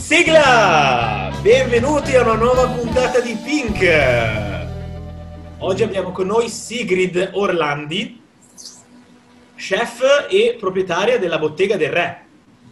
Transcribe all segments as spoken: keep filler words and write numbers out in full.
Sigla! Benvenuti a una nuova puntata di Pink. Oggi abbiamo con noi Sigrid Orlandi, chef e proprietaria della Bottega del Re.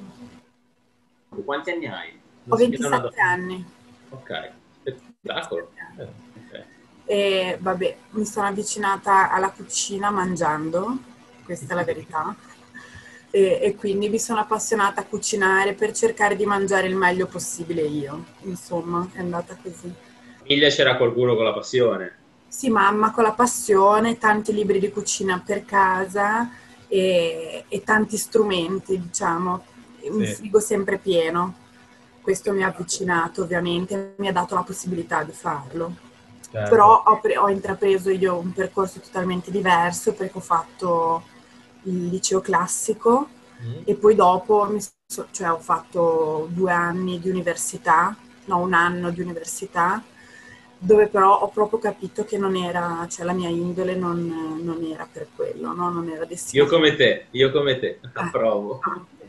Quanti anni hai? Ho Non si chiede una ventisette donna. anni. Ok, spettacolo. Eh, ok. E vabbè, mi sono avvicinata alla cucina mangiando, questa è la verità. E, e quindi mi sono appassionata a cucinare per cercare di mangiare il meglio possibile io. Insomma, è andata così. In famiglia c'era qualcuno con la passione. Sì, mamma con la passione, tanti libri di cucina per casa e, e tanti strumenti, diciamo, un Sì. frigo sempre pieno. Questo mi ha avvicinato, ovviamente, mi ha dato la possibilità di farlo. Certo. Però ho, pre- ho intrapreso io un percorso totalmente diverso perché ho fatto il liceo classico Mm. e poi dopo mi so- cioè, ho fatto due anni di università, no, un anno di università, dove però ho proprio capito che non era, cioè la mia indole non, non era per quello, no? Non era Io destinata. come te, io come te, Eh, approvo.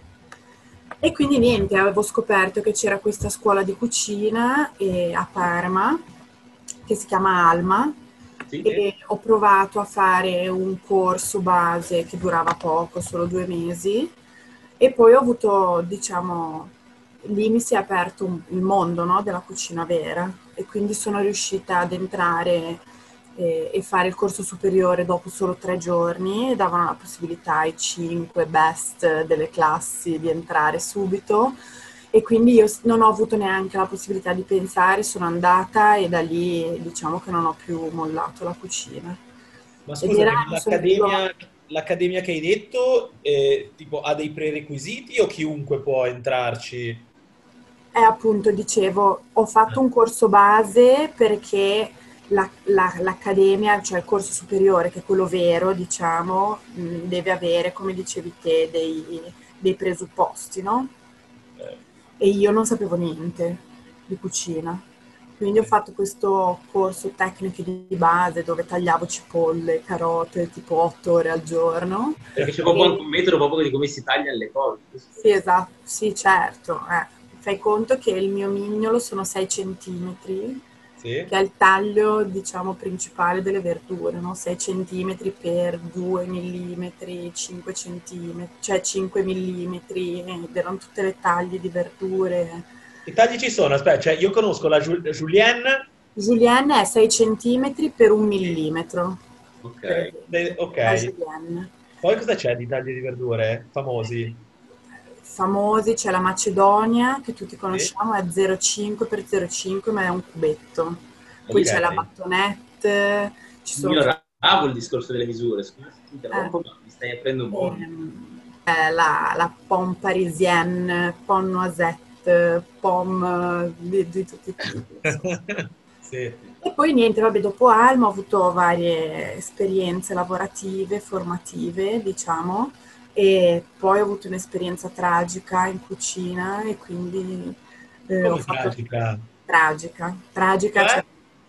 E quindi niente, avevo scoperto che c'era questa scuola di cucina eh, a Parma, che si chiama Alma, Sì? e ho provato a fare un corso base che durava poco, solo due mesi, e poi ho avuto, diciamo, lì mi si è aperto un- il mondo, no, della cucina vera, e quindi sono riuscita ad entrare eh, e fare il corso superiore dopo solo tre giorni, davano la possibilità ai cinque best delle classi di entrare subito e quindi io s- non ho avuto neanche la possibilità di pensare, sono andata e da lì diciamo che non ho più mollato la cucina. Ma Ed era, scusami, ma non so, io- l'accademia, l'accademia che hai detto, eh, tipo, ha dei prerequisiti o chiunque può entrarci? Eh, appunto, dicevo, ho fatto un corso base perché la- la- l'accademia, cioè il corso superiore, che è quello vero, diciamo, mh, deve avere, come dicevi te, dei, dei presupposti, no? Eh, E io non sapevo niente di cucina. Quindi ho sì. fatto questo corso tecniche di base dove tagliavo cipolle, carote, tipo otto ore al giorno. Perché c'è proprio anche E un metodo proprio di come si tagliano le cose, giusto? sì, esatto, sì, certo. eh. Fai conto che il mio mignolo sono sei centimetri, Sì? che è il taglio, diciamo, principale delle verdure, no? sei centimetri per due millimetri, cinque centimetri, cioè cinque millimetri, ed erano tutte le taglie di verdure. Che tagli ci sono? Aspetta, cioè, io conosco la Ju- Julienne. Julienne è sei centimetri per un millimetro, Ok. per de- esempio, ok. la Julienne. Poi cosa c'è di tagli di verdure famosi? Famosi, c'è la Macedonia, che tutti Sì? conosciamo, è zero virgola cinque per zero virgola cinque, ma è un cubetto. Poi c'è la Ok. Battonette, ci sono Ignoravo il discorso delle misure, scusa se ti eh, interrompo, ma mi stai aprendo un mondo. ehm, eh, la, la pomme parisienne, pomme noisette, pomme di, di tutti i tipi, insomma. Sì. E poi niente, vabbè, dopo Alma ho avuto varie esperienze lavorative, formative, diciamo, e poi ho avuto un'esperienza tragica in cucina e quindi eh, ho Come fatto tragica? tragica, tragica, Cioè? cioè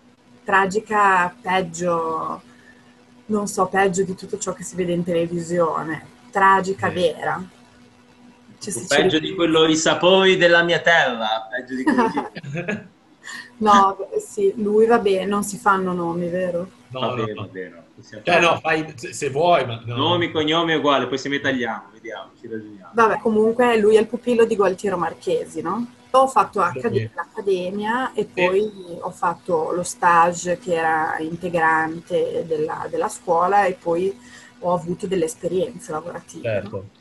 tragica peggio, non so, peggio di tutto ciò che si vede in televisione, tragica Sì. vera. Cioè, Tipo, se ci peggio di ripensi. quello i sapori della mia terra, peggio di così. No, sì, lui va bene, non si fanno nomi, vero? No, Va no, bene, va no. bene, possiamo Cioè, fare. no, fai se, se vuoi, ma no, no. Nomi, cognomi è uguale, poi se mi tagliamo, vediamo, ci ragioniamo. Vabbè, comunque lui è il pupillo di Gualtiero Marchesi, no? Ho fatto Quello accade- che- l'accademia e Sì, poi ho fatto lo stage che era integrante della, della scuola e poi ho avuto delle esperienze lavorative, no? certo.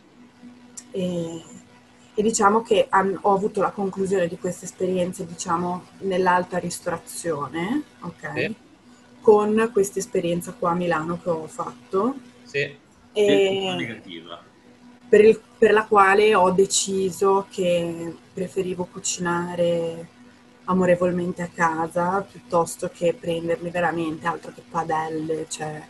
E, e diciamo che han- ho avuto la conclusione di queste esperienze, diciamo, nell'alta ristorazione, ok? Sì, Con questa esperienza qua a Milano che ho fatto. sì. Del tutto E negativa. per, il- per la quale ho deciso che preferivo cucinare amorevolmente a casa piuttosto che prendermi veramente altro che padelle, cioè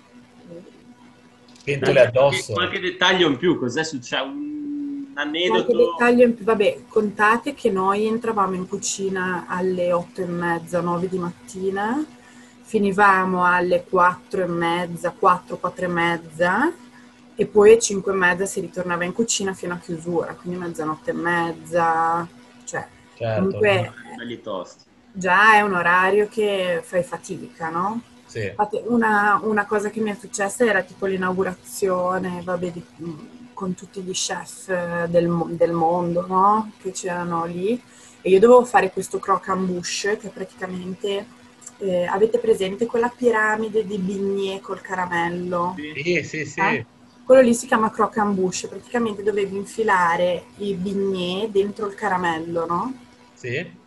Pentole Qualche, qualche- addosso. qualche dettaglio in più, cos'è successo? Un qualche aneddoto? dettaglio in più. Vabbè, contate che noi entravamo in cucina alle otto e mezza, nove di mattina, finivamo alle quattro e mezza, quattro, quattro e mezza e poi alle cinque e mezza si ritornava in cucina fino a chiusura, quindi mezzanotte e mezza, cioè certo. Comunque Belli tosti. già è un orario che fai fatica, no? Sì, Infatti una, una cosa che mi è successa era tipo l'inaugurazione, vabbè, di- con tutti gli chef eh, del, mo- del mondo, no? Che c'erano lì. E io dovevo fare questo croquembouche, che praticamente, eh, avete presente quella piramide di bignè col caramello? Sì. sì, sì, Eh? sì, Quello lì si chiama croquembouche, praticamente dovevi infilare i bignè dentro il caramello, no? sì,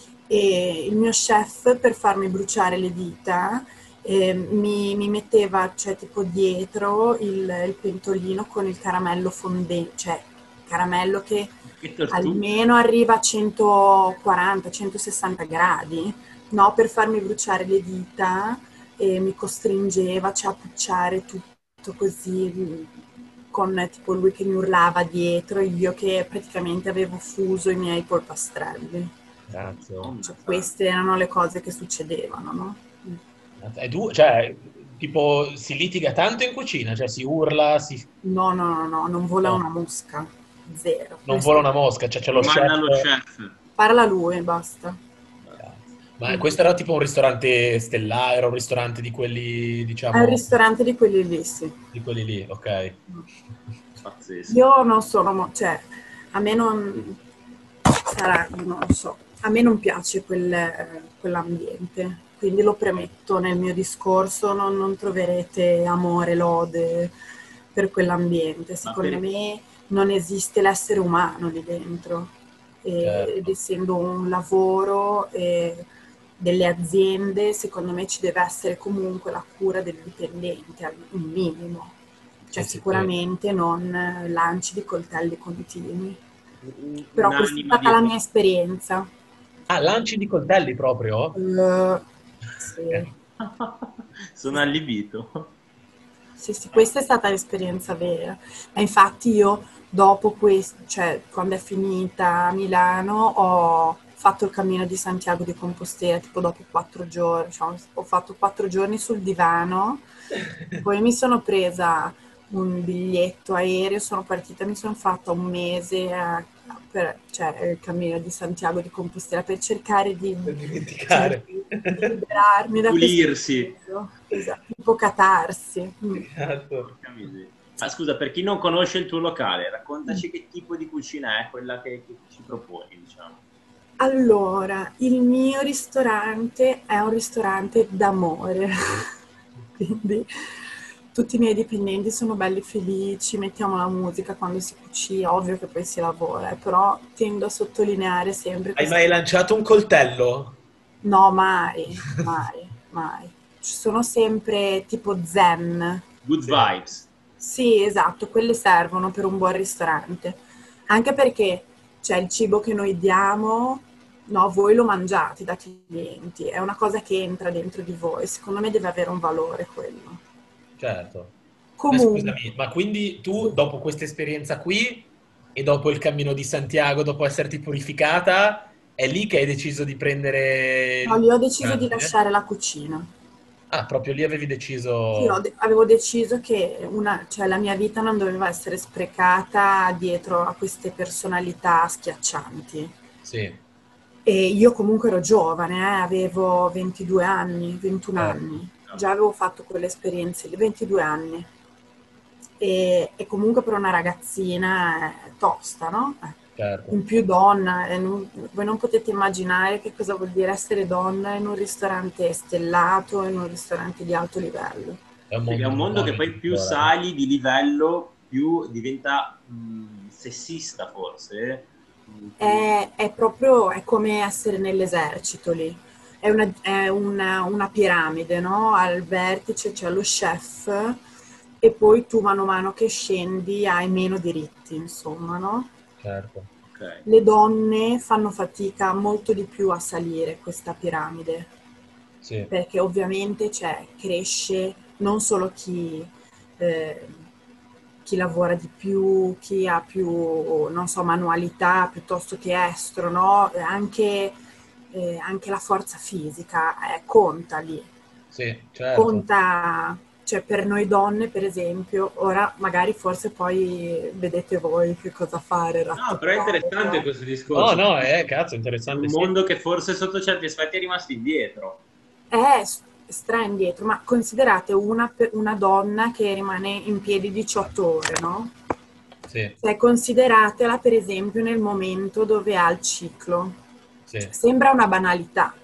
E il mio chef, per farmi bruciare le dita, eh, mi, mi metteva, cioè, tipo dietro il, il pentolino con il caramello fondente, cioè caramello che Che tortura. almeno arriva a centoquaranta centosessanta gradi, no? Per farmi bruciare le dita, e mi costringeva, cioè, a pucciare tutto così, con tipo lui che mi urlava dietro e io che praticamente avevo fuso i miei polpastrelli. cazzo. Cioè, Madonna. queste erano le cose che succedevano, no? È du- cioè, tipo, si litiga tanto in cucina, cioè si urla, si... No, no, no, no, non vola No, una mosca. Zero. non vola una Nessuno. mosca, cioè c'è lo Comanda chef... lo chef. Parla lui e basta. Cazzo. Ma Mm. questo era tipo un ristorante stellare, era un ristorante di quelli, È un diciamo, ristorante di quelli lì, sì. di quelli lì, ok. Pazzesco. Io non sono, mo- cioè, a me non sarà, non lo so, a me non piace quel, eh, quell'ambiente, quindi lo premetto nel mio discorso, non, non troverete amore, lode per quell'ambiente. Ma Secondo per... me non esiste l'essere umano lì dentro, e- ed Certo. essendo un lavoro e delle aziende, secondo me ci deve essere comunque la cura del dipendente, al- un minimo. Cioè Sì, sì, sì. sicuramente non lanci di coltelli continui. un- Però questa è un'anima stata la dietro. mia esperienza. Ah, lanci di coltelli proprio? Eh, sì. Sì, Sono sì. allibito. Sì, sì, questa è stata l'esperienza vera. Ma infatti io dopo questo, cioè quando è finita a Milano, ho fatto il cammino di Santiago di Compostela, tipo dopo quattro giorni, cioè, ho fatto quattro giorni sul divano, poi mi sono presa un biglietto aereo, sono partita, mi sono fatta un mese a- per, cioè, il cammino di Santiago di Compostela per cercare di, Per cioè, dimenticare. di- di liberarmi da questo Pulirsi. peso. Esatto, tipo catarsi. Mm. Esatto. Porca miseria. Ma scusa, per chi non conosce il tuo locale, Mm. raccontaci che tipo di cucina è quella che, che ci proponi, diciamo. Allora, il mio ristorante è un ristorante d'amore, quindi tutti i miei dipendenti sono belli felici, mettiamo la musica quando si cucina, ovvio che poi si lavora, eh, però tendo a sottolineare sempre Hai questa mai cosa. lanciato un coltello? No, mai, mai, mai. Ci sono sempre tipo zen. Good Sì, vibes. Sì, esatto, quelle servono per un buon ristorante. Anche perché c'è il cibo che noi diamo, no, voi lo mangiate da clienti, è una cosa che entra dentro di voi. Secondo me deve avere un valore quello. certo. Ma Comunque, scusami, ma quindi tu sì. dopo questa esperienza qui e dopo il cammino di Santiago, dopo esserti purificata, è lì che hai deciso di prendere No, il lì ho deciso di ristorante? lasciare la cucina. Ah, proprio lì avevi Sì, ho deciso... de- avevo deciso che una- cioè, la mia vita non doveva essere sprecata dietro a queste personalità schiaccianti. Sì, E io comunque ero giovane, eh, avevo ventidue anni, ventuno certo, anni, già avevo fatto quelle esperienze lì, ventidue anni. E, e comunque per una ragazzina è tosta, no? Eh, certo. In più donna, e non- voi non potete immaginare che cosa vuol dire essere donna in un ristorante stellato, in un ristorante di alto livello. È un Sì, è mondo un di mondo che uomini poi più ancora, eh. sali di livello, più diventa mh, sessista forse. Mm, più... È, è proprio, è come essere nell'esercito lì. È una, è una- una piramide, no? Al vertice c'è lo chef e poi tu mano a mano che scendi hai meno diritti, insomma, no? Certo, Ok. Le donne fanno fatica molto di più a salire questa piramide, sì, perché ovviamente c'è, cresce non solo chi, eh, chi lavora di più, chi ha più, non so, manualità piuttosto che estro, no? E Anche, eh, anche la forza fisica eh, conta lì, sì, certo. conta, cioè per noi donne, per esempio, ora magari forse poi vedete voi che cosa fare, No, però è rattoppare, interessante però. questo No, discorso. no, eh, cazzo, È interessante, un sì. mondo che forse sotto certi aspetti è rimasto indietro. È s- stra indietro, ma considerate una, pe- una donna che rimane in piedi diciotto ore, no? Sì, Cioè, consideratela per esempio nel momento dove ha il ciclo. sì. Sembra una banalità,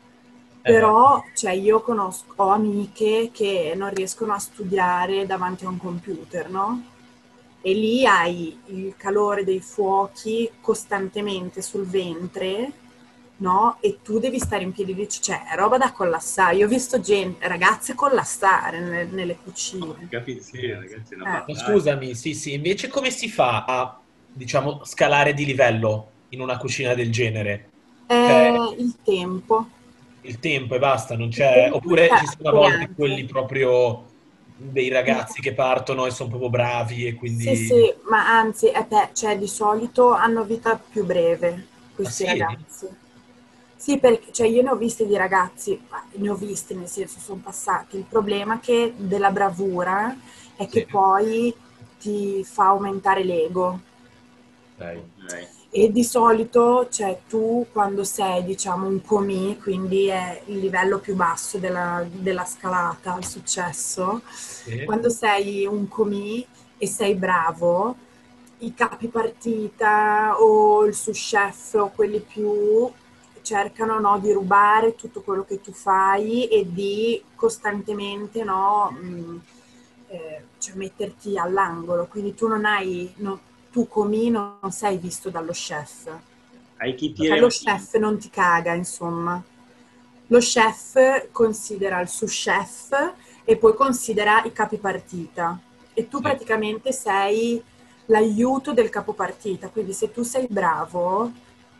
Eh beh, però cioè, io conosco, ho amiche che non riescono a studiare davanti a un computer, no? E lì hai il calore dei fuochi costantemente sul ventre, no? E tu devi stare in piedi, di- cioè è roba da collassare. Io ho visto gente, ragazze collassare nelle, nelle cucine. Capito? Sì, sì, sì. ragazzi, è una Eh. Ma battaglia. scusami, sì, sì, invece come si fa a, diciamo, scalare di livello in una cucina del genere? Cioè, È il tempo, il tempo e basta, non il c'è... tempo e Oppure ci sono a volte quelli l'esperienza. proprio dei ragazzi che partono e sono proprio bravi e Sì, quindi... sì, ma anzi, è pe- cioè, di solito hanno vita più breve Ah questi sì? ragazzi. Sì, perché cioè, io ne ho visti di ragazzi, ma ne ho visti nel senso sono passati. Il problema è che della bravura è che Sì, poi ti fa aumentare l'ego. dai. Ok. E di solito, cioè, tu quando sei, diciamo, un commis, quindi è il livello più basso della, della scalata al successo, Sì, quando sei un commis e sei bravo, i capi partita o il sous chef o quelli più cercano, no, di rubare tutto quello che tu fai e di costantemente, no, mh, eh, cioè metterti all'angolo. Quindi tu non hai, no- tu comì non sei visto dallo chef. Hai chi Cioè tira lo un chef non ti caga, insomma. Lo chef considera il sous chef e poi considera i capi partita. E tu sì. praticamente sei l'aiuto del capo partita. Quindi se tu sei bravo,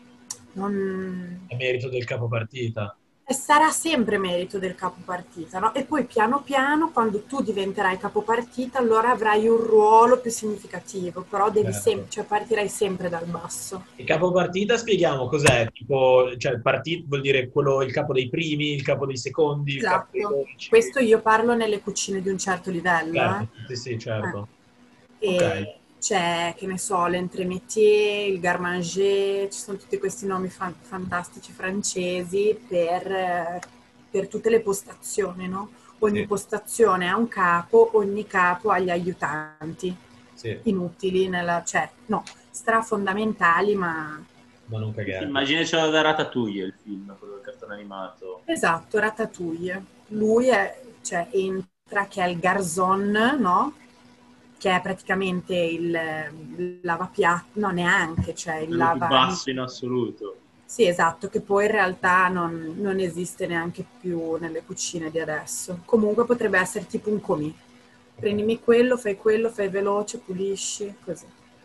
non... È merito del capopartita. e sarà sempre merito del capo partita, no? E poi piano piano, quando tu diventerai capo partita, allora avrai un ruolo più significativo, però devi sempre, Certo. cioè partirai sempre dal basso. Il capopartita, spieghiamo cos'è, tipo, cioè il partito vuol dire quello, il capo dei primi, il capo dei secondi, il capo dei Esatto. dodici. Questo io parlo nelle cucine di un certo livello, eh. Certo, sì, sì, certo. Eh. Ok, E c'è, che ne so, l'entremétier, il garde-manger, ci sono tutti questi nomi fan- fantastici francesi per, eh, per tutte le postazioni, no? Ogni sì, postazione ha un capo, ogni capo ha gli aiutanti sì, inutili, nella, cioè, no, strafondamentali, ma ma non Sì, sì, cagare. immaginacelo da Ratatouille il film, quello del cartone animato. esatto, Ratatouille. Lui è, cioè, entra che è il garzon, no? Che è praticamente il, il lavapiatti, no, neanche, cioè il Quello più lava... basso in assoluto. Sì, esatto, che poi in realtà non, non esiste neanche più nelle cucine di adesso. Comunque potrebbe essere tipo un comì. Ok, Prendimi quello, fai quello, fai veloce, pulisci, così.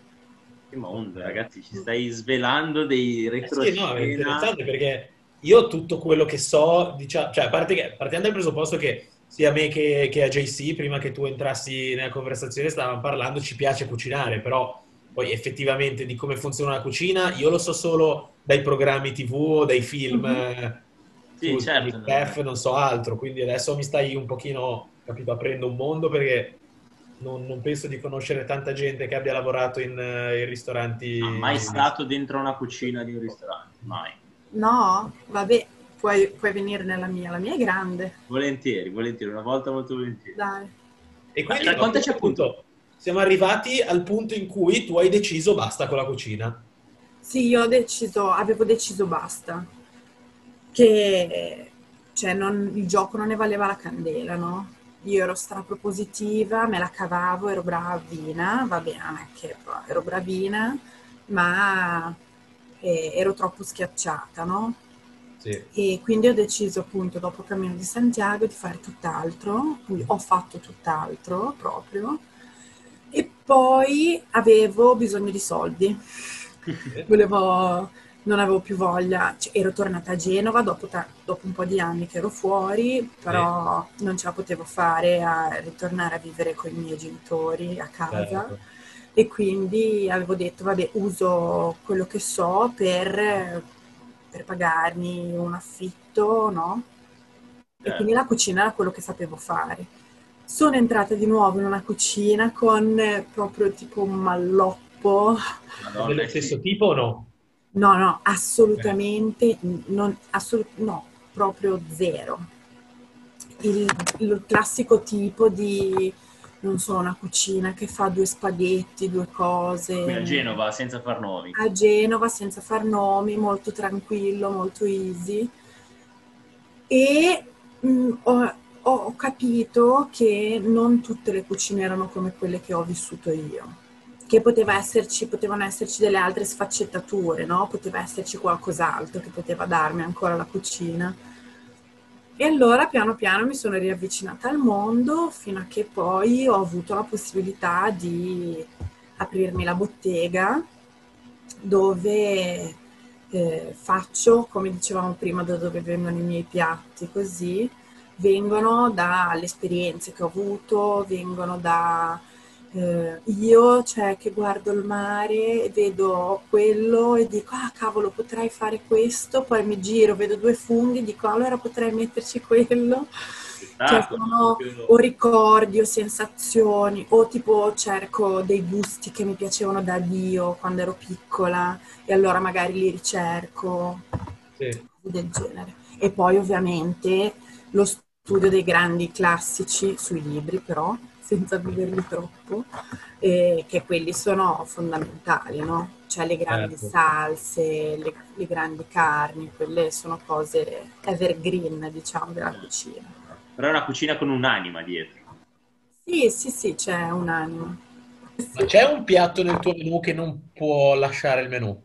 Che mondo, ok. ragazzi, ci stai svelando dei Eh sì, no, è retroscena. interessante perché io tutto quello che so, diciamo, cioè a parte che partiamo dal presupposto che sia a me che, che a J C, prima che tu entrassi nella conversazione, stavamo parlando, ci piace cucinare, però poi effettivamente di come funziona la cucina, io lo so solo dai programmi T V o dai film Mhm. eh, Sì, su- sugli certo, chef, no. non so altro, quindi adesso mi stai un pochino, capito, aprendo un mondo perché non, non penso di conoscere tanta gente che abbia lavorato in, eh, in Ah, mai ristoranti. stato dentro una cucina di un ristorante, mai. No, vabbè, puoi, puoi venire nella mia, la mia è grande, Volentieri, volentieri, una volta molto volentieri. dai. E Ma quindi a raccontaci questo appunto. punto siamo arrivati al punto in cui tu hai deciso basta con la cucina. Sì, io ho deciso, avevo deciso basta, che cioè, non- il gioco non ne valeva la candela, no? Io ero strapropositiva, me la cavavo, ero bravina, va bene, non è che però ero bravina, ma eh, ero troppo schiacciata, no? Sì, E quindi ho deciso appunto dopo il Cammino di Santiago di fare tutt'altro, quindi ho fatto tutt'altro proprio, e poi avevo bisogno di soldi, sì, volevo, non avevo più voglia, cioè, ero tornata a Genova dopo, ta- dopo un po' di anni che ero fuori, sì, però non ce la potevo fare a ritornare a vivere con i miei genitori a casa certo. e quindi avevo detto, vabbè, uso quello che so per, per pagarmi un affitto, no? E quindi Certo. la cucina era quello che sapevo fare. sono entrata di nuovo in una cucina con eh, proprio tipo un malloppo. Ma Madonna, dello eh stesso sì. tipo o no? No, no, Ok. assolutamente, non, assolut- no, proprio zero. Il, il classico tipo di, non so, una cucina che fa due spaghetti, due Qui a cose, Genova, senza far nomi. a Genova senza far nomi, molto tranquillo, molto easy. E mh, ho, ho capito che non tutte le cucine erano come quelle che ho vissuto io, che poteva esserci, potevano esserci delle altre sfaccettature, no? Poteva esserci qualcos'altro che poteva darmi ancora la cucina. E allora piano piano mi sono riavvicinata al mondo fino a che poi ho avuto la possibilità di aprirmi la bottega dove eh, faccio, come dicevamo prima, da dove vengono i miei piatti, così vengono dalle esperienze che ho avuto, vengono da eh, io, cioè che guardo il mare e vedo quello e dico, ah cavolo, potrei fare questo, poi mi giro, vedo due funghi e dico, allora potrei metterci quello. Cioè Spettacolo, sono o proprio... ricordi o sensazioni, o tipo cerco dei gusti che mi piacevano da Dio quando ero piccola e allora magari li ricerco, Sì. del genere. E poi ovviamente lo studio dei grandi classici sui libri, però, senza viverli troppo, eh, che quelli sono fondamentali, no? Cioè le grandi Certo. salse, le, le grandi carni, quelle sono cose evergreen, diciamo, della eh. cucina. Però è una cucina con un'anima dietro. Sì, sì, sì, c'è un animo. Ma Sì. c'è un piatto nel tuo menù che non può lasciare il menù?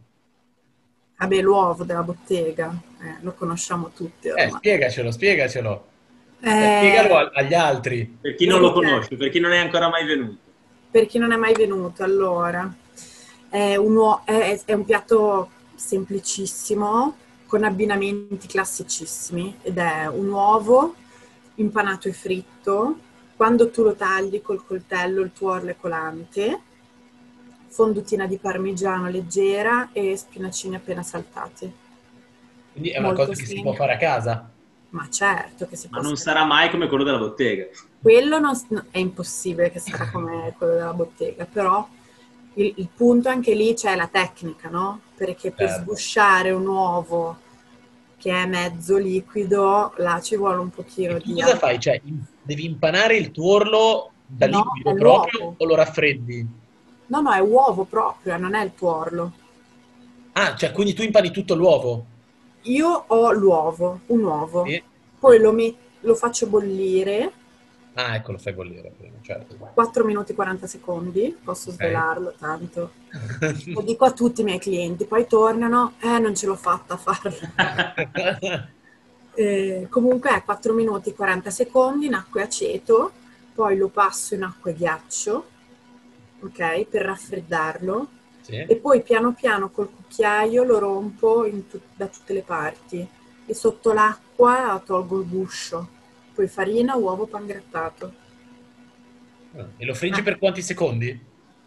Vabbè, l'uovo della bottega, eh, lo conosciamo tutti Eh, ormai. spiegacelo, spiegacelo. Cioè, spiegalo Eh, a- agli altri. Per chi non lo sì, conosce, certo. per chi non è ancora mai venuto. Per chi non è mai venuto, allora, è un, uo- è- è un piatto semplicissimo, con abbinamenti classicissimi, ed è un uovo impanato e fritto. Quando tu lo tagli col coltello, il tuorlo è colante, fondutina di parmigiano leggera e spinacini appena saltati. Quindi è una Molto cosa che si può semplice, fare a casa. ma certo che si Ma può non scaricare. sarà mai come quello della bottega. Quello non s- no, è impossibile che sarà come quello della bottega, però il, il punto anche lì c'è la tecnica, no? Perché per Certo. sgusciare un uovo che è mezzo liquido, là ci vuole un E pochino tu di... cosa fai? Cioè, in- devi impanare il tuorlo da No, è liquido proprio l'uovo. o lo raffreddi? No, no, è uovo proprio, non è il tuorlo. Ah, cioè, quindi tu impani tutto l'uovo? Io ho l'uovo, un uovo, Sì. poi lo, met- lo faccio bollire Ah, ecco, lo fai bollire prima, certo. quattro minuti e quaranta secondi, posso Ok. svelarlo tanto. Lo dico a tutti i miei clienti, poi tornano, eh non ce l'ho fatta a farlo. Eh, comunque è quattro minuti e quaranta secondi in acqua e aceto, poi lo passo in acqua e ghiaccio, ok, per raffreddarlo, Sì. e poi piano piano col cucchiaio lo rompo in tut- da tutte le parti e sotto l'acqua tolgo il guscio, poi farina, uovo, pangrattato. Ah, e lo friggi Ah, per quanti secondi?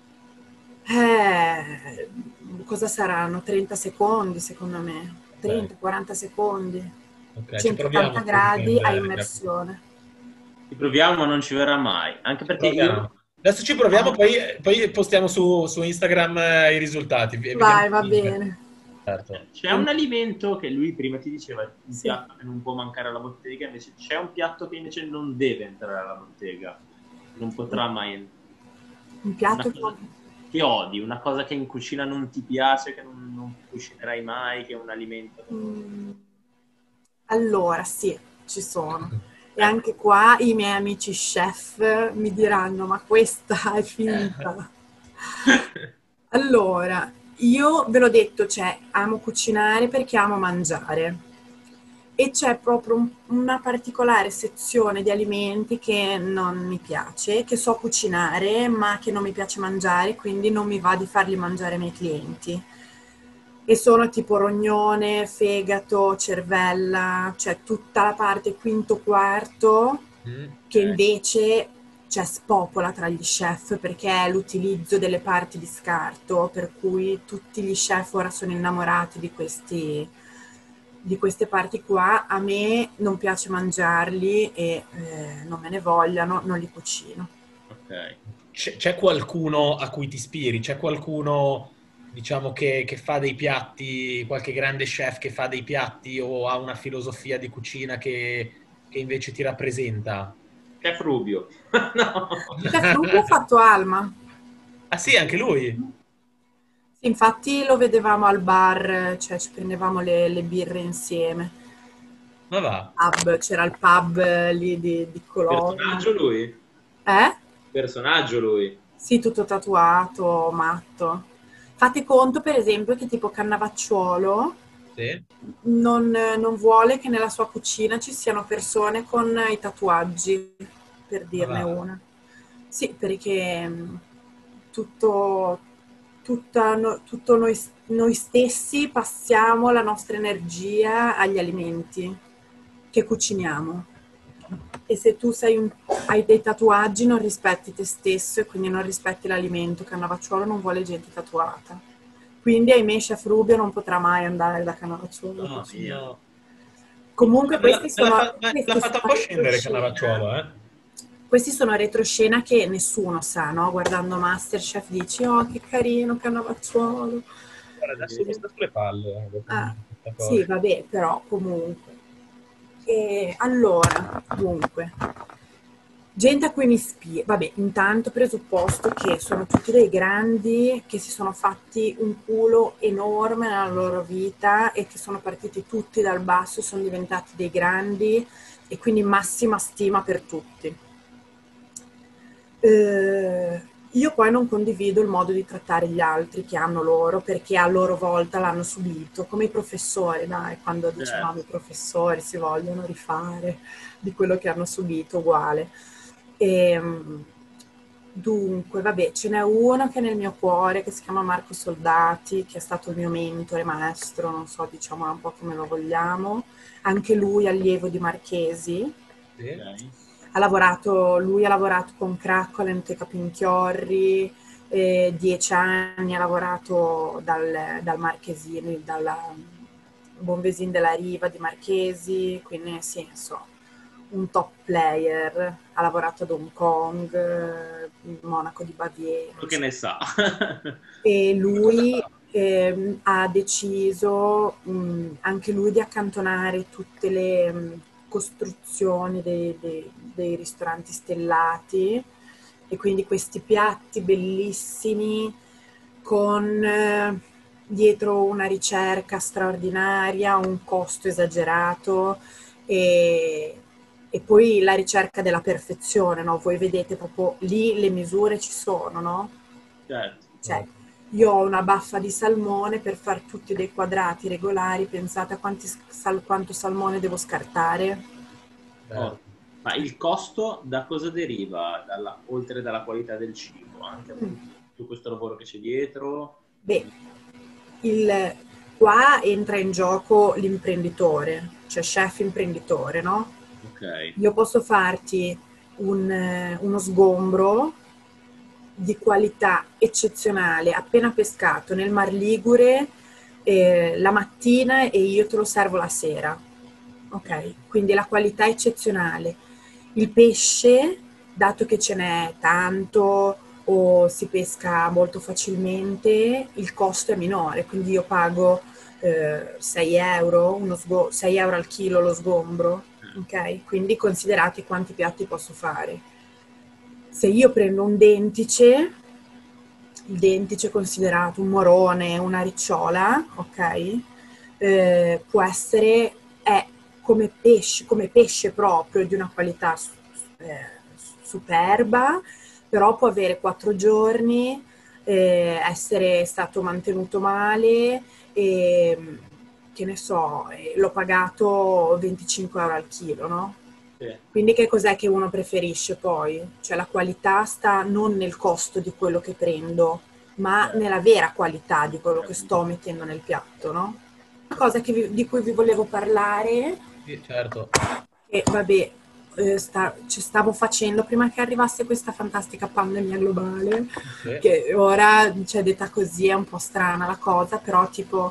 Eh, cosa saranno? trenta secondi secondo me, Ok, trenta quaranta secondi, ok, ci proviamo centottanta comunque, gradi a eh, Riccardo. immersione. Ci proviamo, ma non ci verrà mai. Anche Ci perché io... proviamo. Adesso ci proviamo, No. poi, poi postiamo su, su Instagram eh, i risultati e vediamo Vai, chi va vince. bene. Certo. C'è un alimento che lui prima ti diceva, un Sì. piatto che non può mancare alla bottega, invece c'è un piatto che invece non deve entrare alla bottega, non potrà mai... Un Una piatto che cosa che odi, una cosa che in cucina non ti piace, che non, non cucinerai mai, che è un alimento che non... Mm, allora, sì, ci sono. E Ecco. anche qua i miei amici chef mi diranno, ma questa è finta. Allora, io ve l'ho detto, cioè, amo cucinare perché amo mangiare. E c'è proprio un- una particolare sezione di alimenti che non mi piace, che so cucinare, ma che non mi piace mangiare, quindi non mi va di farli mangiare ai miei clienti. E sono tipo rognone, fegato, cervella, cioè tutta la parte quinto quarto Mm. che Ok. invece cioè, spopola tra gli chef perché è l'utilizzo delle parti di scarto, per cui tutti gli chef ora sono innamorati di questi, di queste parti qua, a me non piace mangiarli e eh, non me ne vogliano, non li cucino. Ok. C'è c'è qualcuno a cui ti ispiri? C'è qualcuno, diciamo, che, che fa dei piatti, qualche grande chef che fa dei piatti o ha una filosofia di cucina che, che invece ti rappresenta? Chef Rubio. No. Chef Rubio ha fatto Alma. Ah sì, anche lui? Sì, infatti lo vedevamo al bar, cioè ci prendevamo le, le birre insieme. Ma va. Pub, c'era il pub eh, lì di, di Colonna. Personaggio lui. Eh? Personaggio lui. Sì, tutto tatuato, matto. Fate conto, per esempio, che tipo Cannavacciuolo Sì? non, non vuole che nella sua cucina ci siano persone con i tatuaggi, per Ma dirne va. una. Sì, perché mh, tutto, tutta no- tutto noi, noi stessi passiamo la nostra energia agli alimenti che cuciniamo. E se tu sei un- hai dei tatuaggi non rispetti te stesso e quindi non rispetti l'alimento. Cannavacciuolo non vuole gente tatuata. Quindi ahimè Chef Rubio non potrà mai andare da Cannavacciuolo a Mamma mia. cucinare. No. Comunque Me l'ha questi me l'ha sono, fa- me l'ha questi fatta un sono po' scendere retroscena. Cannavacciuolo, eh? Questi sono retroscena che nessuno sa, no? Guardando Masterchef dici, oh che carino Cannavacciuolo. Guarda, adesso mi sta sulle palle, eh, dopo Ah, questa sì, cosa. vabbè, però comunque. E allora, dunque, gente a cui mi ispiro. Vabbè, intanto presupposto che sono tutti dei grandi che si sono fatti un culo enorme nella loro vita e che sono partiti tutti dal basso e sono diventati dei grandi e quindi massima stima per tutti. Eh, io poi non condivido il modo di trattare gli altri che hanno loro perché a loro volta l'hanno subito, come i professori, dai, quando dicevamo i Certo. professori si vogliono rifare di quello che hanno subito, uguale. E, dunque, vabbè, ce n'è uno che è nel mio cuore che si chiama Marco Soldati, che è stato il mio mentore, maestro, non so, diciamo un po' come lo vogliamo. Anche lui allievo di Marchesi. Sì? Ok. Ha lavorato, lui ha lavorato con Cracco all'Enoteca Pinchiorri, eh, dieci anni ha lavorato dal, dal Marchesini, dalla Bonvesin della Riva di Marchesi, quindi nel senso un top player, ha lavorato ad Hong Kong, eh, Monaco di Baviera, Quello che ne sa. e Come cosa lui fa? ehm, ha deciso mh, anche lui di accantonare tutte le mh, costruzioni dei, dei- dei ristoranti stellati e quindi questi piatti bellissimi con eh, dietro una ricerca straordinaria, un costo esagerato e, e poi la ricerca della perfezione, no? Voi vedete proprio lì le misure ci sono, no? Certo. Cioè, io ho una baffa di salmone per far tutti dei quadrati regolari, pensate a quanti sal- quanto salmone devo scartare? Oh, Certo. ma il costo da cosa deriva? Dalla- oltre dalla qualità del cibo, anche appunto tutto questo lavoro che c'è dietro. Beh, il- qua entra in gioco l'imprenditore, cioè chef imprenditore, no? Ok, Io posso farti un, eh, uno sgombro di qualità eccezionale, appena pescato nel Mar Ligure eh, la mattina e io te lo servo la sera. Ok, quindi la qualità eccezionale. Il pesce, dato che ce n'è tanto o si pesca molto facilmente, il costo è minore, quindi io pago eh, sei euro, uno sgo- sei euro al chilo lo sgombro, ok? Quindi considerate quanti piatti posso fare. Se io prendo un dentice, il dentice è considerato un morone, una ricciola, ok? Eh, può essere, è come pesce, come pesce proprio di una qualità eh, superba, però può avere quattro giorni, eh, essere stato mantenuto male e che ne so, eh, l'ho pagato venticinque euro al chilo, no? sì, Quindi che cos'è che uno preferisce poi? Cioè la qualità sta non nel costo di quello che prendo, ma certo, nella vera qualità di quello che capito. sto mettendo nel piatto, no? Una cosa che vi- di cui vi volevo parlare, Sì, certo. che vabbè, eh, sta- ci stavo facendo prima che arrivasse questa fantastica pandemia globale, Sì. che ora, cioè, detta così è un po' strana la cosa, però tipo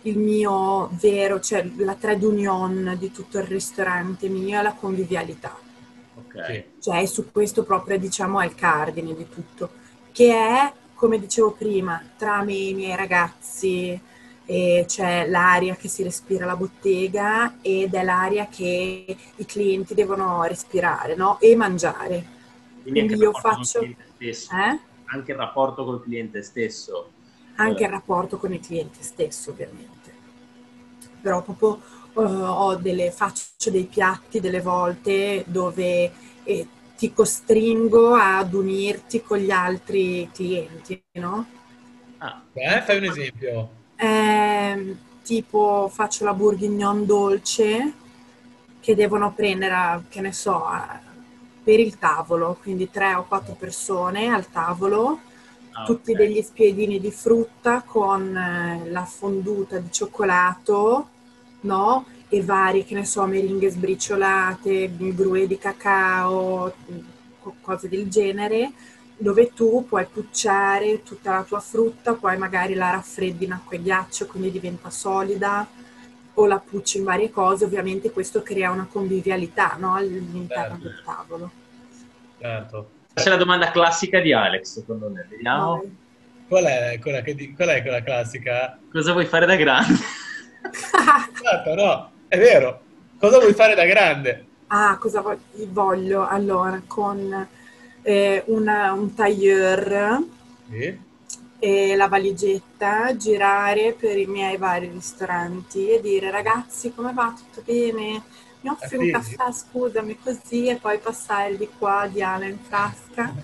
il mio vero, cioè la trade union di tutto il ristorante mio è la convivialità. Ok. Sì. Cioè su questo proprio diciamo è il cardine di tutto, che è, come dicevo prima, tra me e i miei ragazzi e c'è l'aria che si respira alla bottega ed è l'aria che i clienti devono respirare, no? E mangiare. Quindi anche Quindi il io rapporto col faccio, cliente stesso. eh? Anche il rapporto col cliente stesso. Anche Eh, il rapporto con il cliente stesso, ovviamente. Però proprio eh, ho delle faccio dei piatti delle volte dove eh, ti costringo ad unirti con gli altri clienti, no? ah, Beh, tipo, fai un esempio. Ehm, tipo faccio la bourguignon dolce che devono prendere, a- che ne so, a- per il tavolo, quindi tre o quattro persone al tavolo, ah, tutti ok. degli spiedini di frutta con eh, la fonduta di cioccolato, no? E varie, che ne so, meringhe sbriciolate, grue di cacao, co- cose del genere, dove tu puoi pucciare tutta la tua frutta, poi magari la raffreddi in acqua e ghiaccio, quindi diventa solida, o la pucci in varie cose, ovviamente questo crea una convivialità, no? All'interno Certo, del tavolo. certo. Questa è la domanda classica di Alex, secondo me. Vediamo. Vai. Qual è quella, che di- qual è quella classica? Cosa vuoi fare da grande? Esatto, no, è vero. Cosa vuoi fare da grande? Ah, cosa vo- voglio? Allora, con eh, una- un tailleur Sì? e la valigetta, girare per i miei vari ristoranti e dire ragazzi come va? Tutto bene? Mi Ah, offri un sì? caffè, scusami, così, e poi passare di qua, di là in frasca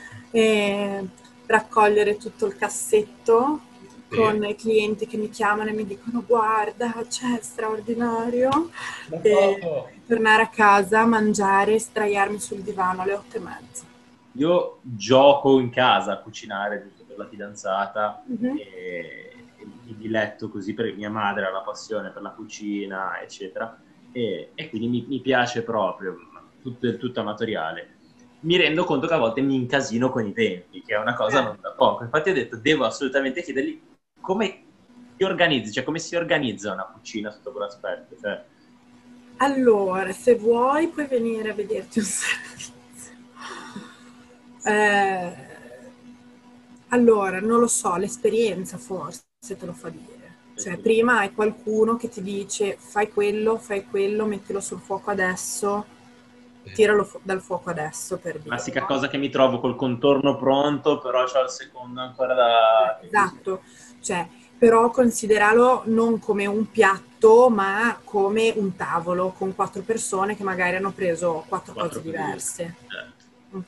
e raccogliere tutto il cassetto Sì? con i clienti che mi chiamano e mi dicono guarda, c'è straordinario, La e foto! tornare a casa, mangiare, sdraiarmi sul divano alle otto e mezza. Io gioco in casa a cucinare giusto per la fidanzata Mhm. e, e mi diletto così perché mia madre ha la passione per la cucina, eccetera, e, e quindi mi, mi piace proprio, tutto, è tutto amatoriale. Mi rendo conto che a volte mi incasino con i tempi, che è una cosa Eh. non da poco. Infatti ho detto, devo assolutamente chiedergli come ti organizzi, cioè come si organizza una cucina sotto quell'aspetto. Cioè, Allora, se vuoi puoi venire a vederti un servizio. Eh, allora, non lo so, l'esperienza forse te lo fa dire. Cioè, prima hai qualcuno che ti dice fai quello, fai quello, mettilo sul fuoco adesso, tiralo fu- dal fuoco adesso, per dire, classica no? cosa che mi trovo col contorno pronto, però c'ho il secondo ancora da... Esatto, cioè, però consideralo non come un piatto, ma come un tavolo con quattro persone che magari hanno preso quattro Quattro cose cose diverse. diverse, Certo. ok?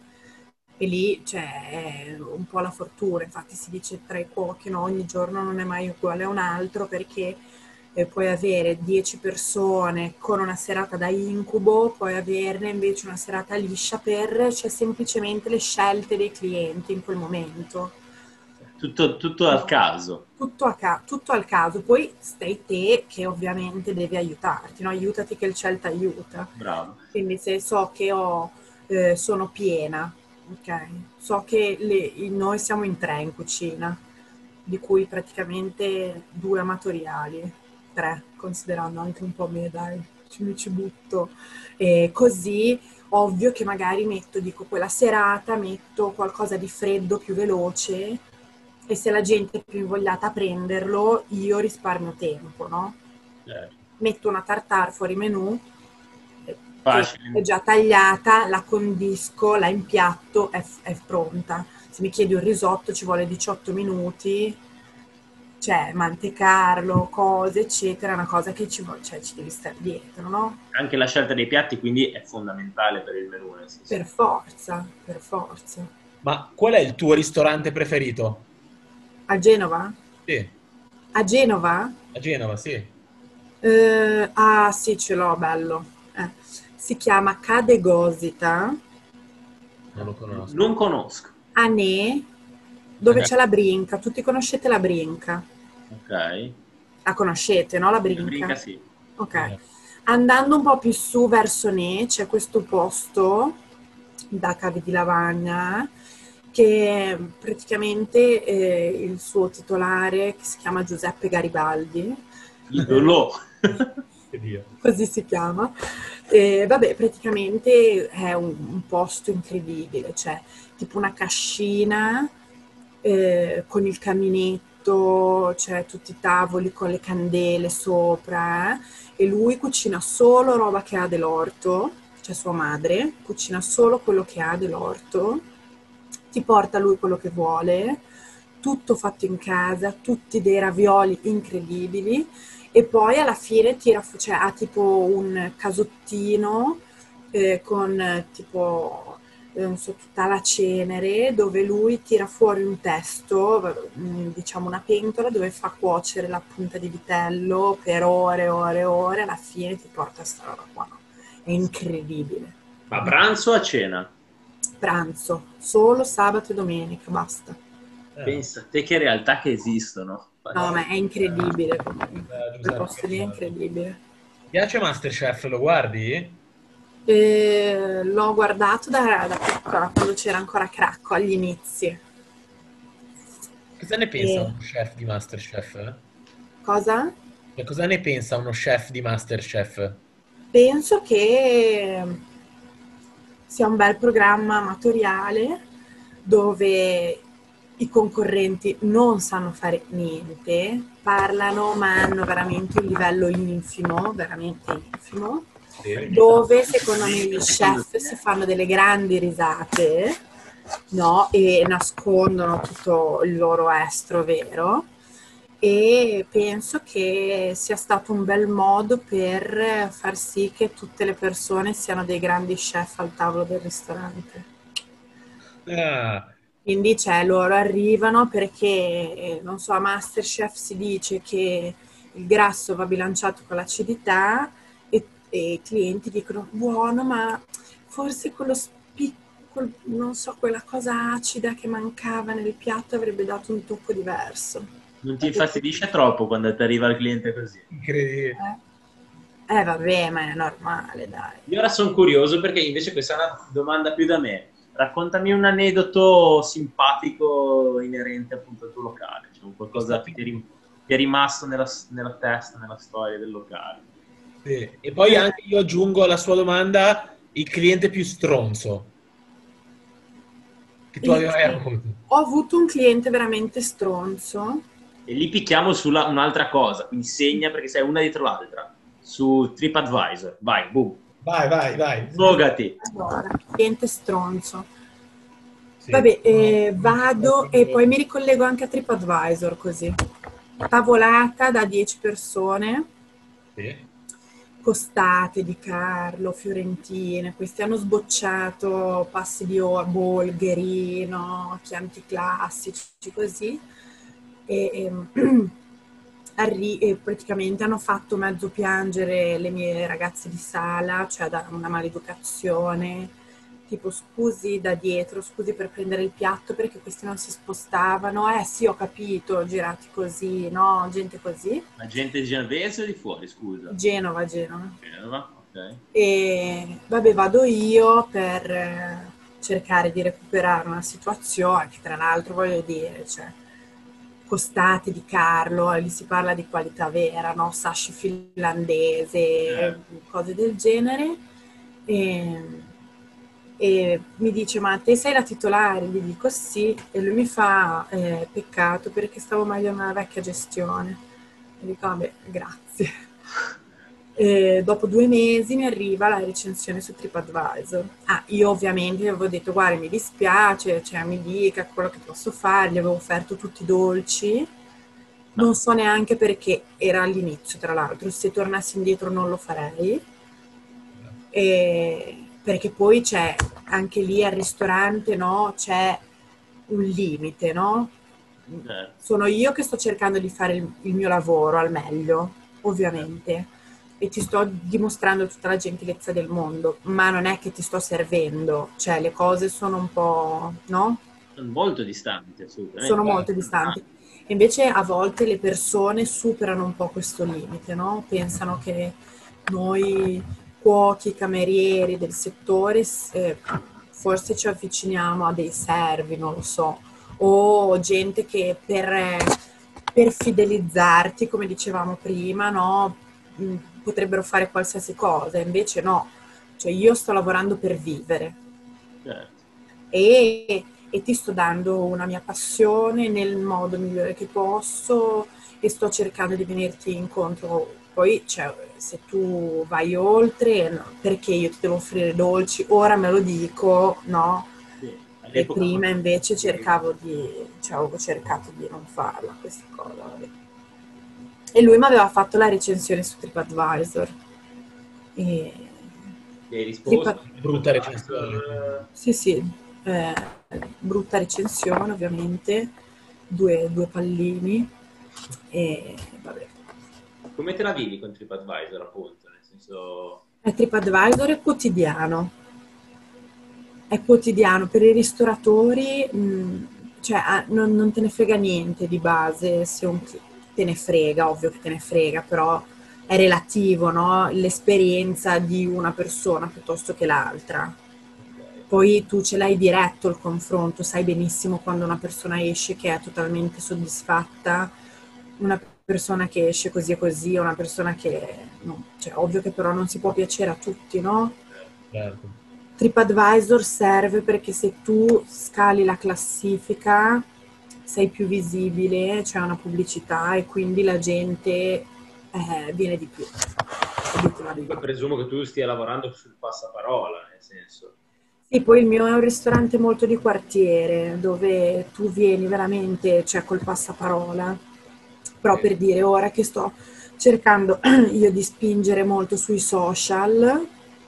E lì c'è un po' la fortuna, infatti si dice tra i cuochi, no? Ogni giorno non è mai uguale a un altro perché eh, puoi avere dieci persone con una serata da incubo, puoi averne invece una serata liscia per, cioè semplicemente le scelte dei clienti in quel momento. Tutto, tutto al No. caso. Tutto, a ca- tutto al caso, poi stai te che ovviamente devi aiutarti, no? Aiutati che il ciel ti aiuta. Bravo. Quindi se so che ho, eh, sono piena, ok? So che le- noi siamo in tre in cucina, di cui praticamente due amatoriali, tre, considerando anche un po' me, dai, ci, mi ci butto. E così, ovvio che magari metto, dico, quella serata metto qualcosa di freddo, più veloce, e se la gente è più invogliata a prenderlo, io risparmio tempo, no? Certo. Metto una tartare fuori menù eh, che è Facile. già tagliata, la condisco, la impiatto, è, è pronta. Se mi chiedi un risotto ci vuole diciotto minuti, cioè mantecarlo, cose, eccetera, è una cosa che ci, vuole, cioè, ci devi stare dietro, no? Anche la scelta dei piatti quindi è fondamentale per il menù, nel senso. Per forza, per forza. Ma qual è il tuo ristorante preferito? A Genova? Sì, A Genova? a Genova, sì. Eh, ah, sì, ce l'ho, bello. Eh, si chiama Cadegosita Non lo conosco. Non conosco. a Ne, dove c'è la Brinca. Tutti conoscete la Brinca? Ok. La conoscete, no? La La brinca Brinca? sì. Ok. Eh, Andando un po' più su verso Ne c'è questo posto da Cavi di Lavagna che praticamente eh, il suo titolare, che si chiama Giuseppe Garibaldi, Idolo! Che Dio. così si chiama, e vabbè, praticamente è un, un posto incredibile, cioè tipo una cascina eh, con il caminetto, cioè tutti i tavoli con le candele sopra, eh, e lui cucina solo roba che ha dell'orto, cioè sua madre cucina solo quello che ha dell'orto, ti porta lui quello che vuole, tutto fatto in casa, tutti dei ravioli incredibili, e poi alla fine tira fu- cioè, ha tipo un casottino eh, con eh, tipo eh, non so, tutta la cenere, dove lui tira fuori un testo, mm, diciamo una pentola, dove fa cuocere la punta di vitello per ore e ore e ore, alla fine ti porta sta roba qua. È incredibile. Ma a pranzo o a cena? Pranzo, solo sabato e domenica, basta. Eh, Pensa te che realtà che esistono. No, ma è incredibile eh, comunque. Quel Giuseppe, posto lì è guarda. incredibile. Ti piace Masterchef? Lo guardi? E l'ho guardato da, da piccola, quando c'era ancora Cracco agli inizi. Cosa ne pensa E uno chef di Masterchef? cosa? Cioè, cosa ne pensa uno chef di Masterchef? Penso che sia un bel programma amatoriale dove i concorrenti non sanno fare niente, parlano ma hanno veramente un livello infimo, veramente infimo, Sì. dove secondo me gli chef si fanno delle grandi risate, no? E nascondono tutto il loro estro vero. E penso che sia stato un bel modo per far sì che tutte le persone siano dei grandi chef al tavolo del ristorante. Ah, Quindi cioè, loro arrivano perché, eh, non so, a MasterChef si dice che il grasso va bilanciato con l'acidità e, e i clienti dicono buono, ma forse quello spicco, non so, quella cosa acida che mancava nel piatto avrebbe dato un tocco diverso. Non ti infastidisce troppo quando ti arriva il cliente così? incredibile. Eh, eh, vabbè, ma è normale, dai. Io ora sono curioso perché invece questa è una domanda più da me. Raccontami un aneddoto simpatico inerente appunto al tuo locale, cioè un qualcosa che ti, rim- ti è rimasto nella, nella testa, nella storia del locale. Sì. E poi anche io aggiungo alla sua domanda il cliente più stronzo che tu Il avevi mai cli- avuto. Ho avuto un cliente veramente stronzo. E lì picchiamo su un'altra cosa, quindi segna perché sei una dietro l'altra. Su TripAdvisor, vai, boom, Vai, vai, vai. svogati. Allora, cliente stronzo. Sì. Vabbè, eh, vado e poi mi ricollego anche a TripAdvisor così. Tavolata da dieci persone, Sì. costate di Carlo, fiorentine, questi hanno sbocciato passi di Orbo, Bolgherino, chianti classici, così. E, e, arri- e praticamente hanno fatto mezzo piangere le mie ragazze di sala, cioè da una maleducazione, tipo scusi da dietro, scusi per prendere il piatto perché questi non si spostavano, eh sì ho capito, girati così, no, gente così. La gente genovese o di fuori, scusa? Genova, Genova. Genova, ok. E vabbè, vado io per eh, cercare di recuperare una situazione che tra l'altro voglio dire, cioè, costate di Carlo, lì si parla di qualità vera, no? Sashi finlandese, Eh. cose del genere. E, e mi dice, ma te sei la titolare? Gli dico sì, e lui mi fa, eh, peccato perché stavo meglio nella vecchia gestione. E dico, vabbè, grazie. E dopo due mesi mi arriva la recensione su TripAdvisor. Ah, io ovviamente gli avevo detto, guarda, mi dispiace, cioè mi dica quello che posso fare, gli avevo offerto tutti i dolci, non so neanche perché, era all'inizio tra l'altro, se tornassi indietro non lo farei, e perché poi c'è, anche lì al ristorante, no, c'è un limite, no? Eh. Sono io che sto cercando di fare il, il mio lavoro al meglio, ovviamente, e ti sto dimostrando tutta la gentilezza del mondo, ma non è che ti sto servendo, cioè le cose sono un po', no? Sono molto distanti, assolutamente. Sono molto distanti. Invece a volte le persone superano un po' questo limite, no? Pensano che noi cuochi, camerieri del settore eh, forse ci avviciniamo a dei servi, non lo so, o gente che per, per fidelizzarti, come dicevamo prima, no, mh, potrebbero fare qualsiasi cosa, invece no, cioè io sto lavorando per vivere. Certo. E, e ti sto dando una mia passione nel modo migliore che posso e sto cercando di venirti incontro. Poi, cioè, se tu vai oltre, no, perché io ti devo offrire dolci, ora me lo dico, no? Sì, E all'epoca prima forse- invece cercavo di, cioè, avevo cercato di non farla questa cosa. Vabbè. E lui mi aveva fatto la recensione su TripAdvisor. E... Gli hai Tripa- risposto? Brutta recensione. Sì, sì, eh, brutta recensione ovviamente, due, due pallini e vabbè. Come te la vivi con TripAdvisor, appunto? Nel senso... E TripAdvisor è quotidiano, è quotidiano per i ristoratori, mh, cioè ah, non, non te ne frega niente di base, se un, te ne frega, ovvio che te ne frega, però è relativo, no? L'esperienza di una persona piuttosto che l'altra. Ok. Poi tu ce l'hai diretto il confronto, sai benissimo quando una persona esce che è totalmente soddisfatta, una persona che esce così e così, una persona che... no, cioè, ovvio che però non si può piacere a tutti, no? Certo. TripAdvisor serve perché se tu scali la classifica sei più visibile, c'è una pubblicità e quindi la gente eh, viene di più. Comunque presumo che tu stia lavorando sul passaparola, nel senso... Sì, poi il mio è un ristorante molto di quartiere, dove tu vieni veramente, cioè col passaparola, però Sì. per dire ora che sto cercando io di spingere molto sui social,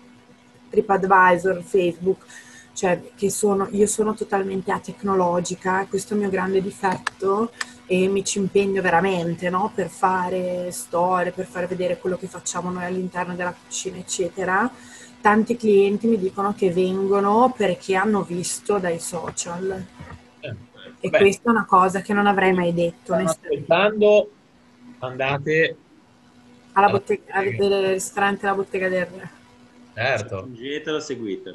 TripAdvisor, Facebook, cioè che sono, io sono totalmente atecnologica, questo è il mio grande difetto e mi ci impegno veramente, no? Per fare storie, per far vedere quello che facciamo noi all'interno della cucina, eccetera. Tanti clienti mi dicono che vengono perché hanno visto dai social Eh, e Vabbè, questa è una cosa che non avrei mai detto, stanno onestamente. ascoltando, andate Alla alla bottega, a bottega. vedere il ristorante La Bottega del Re. Certo. Aggiungetelo, seguitelo.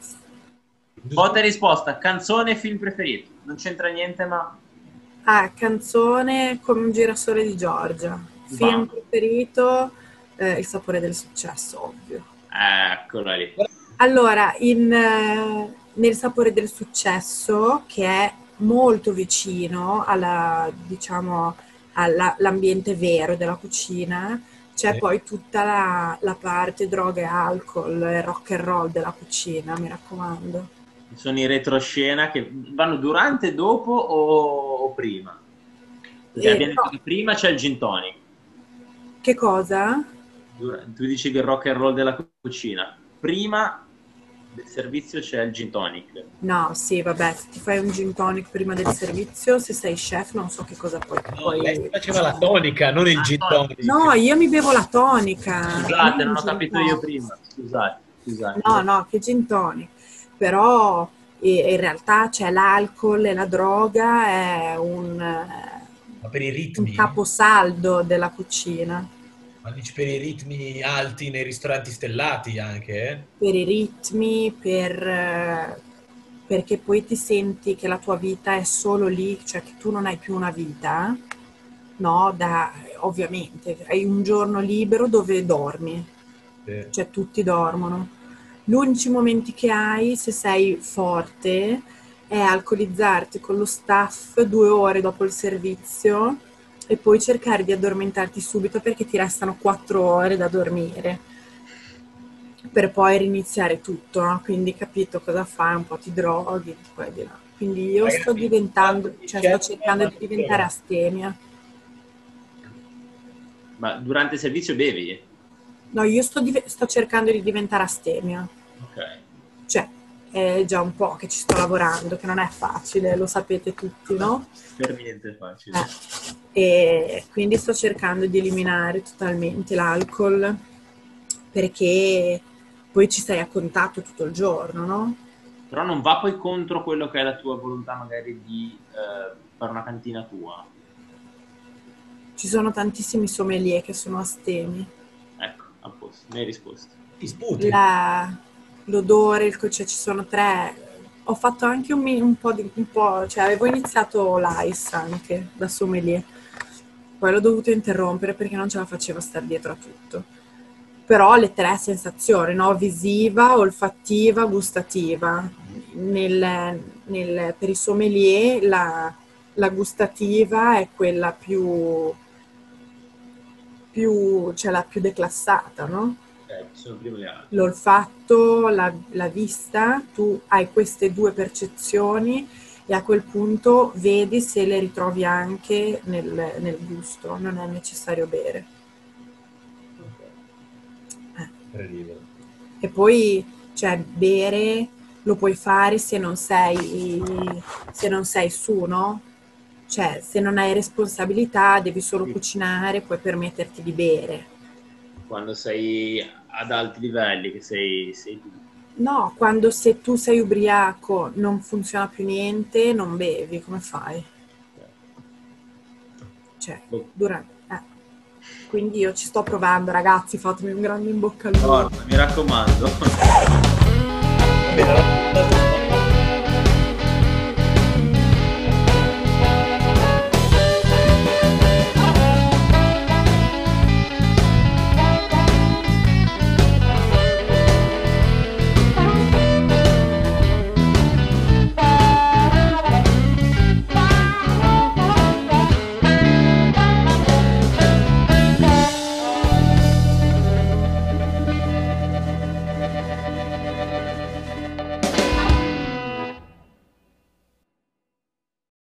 Giusto. Botta e risposta, canzone e film preferito. Non c'entra niente, ma... Ah, canzone come un girasole di Giorgia. Film Bam. preferito, eh, Il sapore del successo, ovvio. Eccola lì. Allora, in, eh, nel sapore del successo, che è molto vicino alla, diciamo, alla- all'ambiente vero della cucina, c'è Sì. poi tutta la, la parte droga e alcol e rock and roll della cucina, mi raccomando. Sono i retroscena che vanno durante, dopo o, o prima? Perché E, abbiamo detto no, che prima c'è il gin tonic. che cosa? Dura- tu dici che il rock and roll della cucina. Prima del servizio c'è il gin tonic. No, sì, vabbè, se ti fai un gin tonic prima del servizio, se sei chef non so che cosa puoi. No, lei puoi faceva la tonica, non il Ah, gin tonic. No, tonic. io mi bevo la tonica, Scusate, non non il ho gin capito io tonic. prima. Scusate, scusate. No, Io... no, che gin tonic. Però eh, in realtà c'è l'alcol e la droga è un, eh, Ma per i un ritmi? caposaldo della cucina. Ma dici per i ritmi alti nei ristoranti stellati anche, eh? Per i ritmi, per, eh, perché poi ti senti che la tua vita è solo lì, cioè che tu non hai più una vita, no? Da, ovviamente, hai un giorno libero dove dormi, Sì. cioè tutti dormono. Gli unici momenti che hai, se sei forte, è alcolizzarti con lo staff due ore dopo il servizio e poi cercare di addormentarti subito perché ti restano quattro ore da dormire per poi riniziare tutto, no? Quindi capito cosa fai, un po' ti droghi, di qua e di là. Quindi io sto Ragazzi, quattro diventando, cioè sto chef cercando di diventare amatoriali. astemia. Ma durante il servizio bevi? No, io sto, div- sto cercando di diventare astemia. Ok. Cioè, è già un po' che ci sto lavorando, che non è facile, lo sapete tutti, no? Per niente è facile. Eh, e quindi sto cercando di eliminare totalmente l'alcol perché poi ci stai a contatto tutto il giorno, no? Però non va poi contro quello che è la tua volontà magari di eh, fare una cantina tua. Ci sono tantissimi sommelier che sono astemi. Ecco, a posto, mi hai risposto. Ti sputi. La- l'odore, il co- cioè ci sono tre, ho fatto anche un, mi- un po' di, un po', cioè avevo iniziato l'A I S anche da sommelier, poi l'ho dovuto interrompere perché non ce la facevo stare dietro a tutto. Però le tre sensazioni, no? Visiva, olfattiva, gustativa. Nel, nel- per i sommelier la, la gustativa è quella più, più, cioè la più declassata, no? Eh, ci sono prima le altre. L'olfatto, la, la vista, tu hai queste due percezioni e a quel punto vedi se le ritrovi anche nel, nel gusto, non è necessario bere. Eh. Incredibile. E poi, cioè, bere lo puoi fare se non sei, se non sei su, no? Cioè, se non hai responsabilità, devi solo Sì. cucinare, puoi permetterti di bere. Quando sei ad alti livelli, che sei, sei tu. No, quando se tu sei ubriaco non funziona più niente, non bevi, come fai? Cioè, durante... eh. Quindi io ci sto provando, ragazzi, fatemi un grande in bocca al lupo. Forza, mi raccomando. Bene, allora-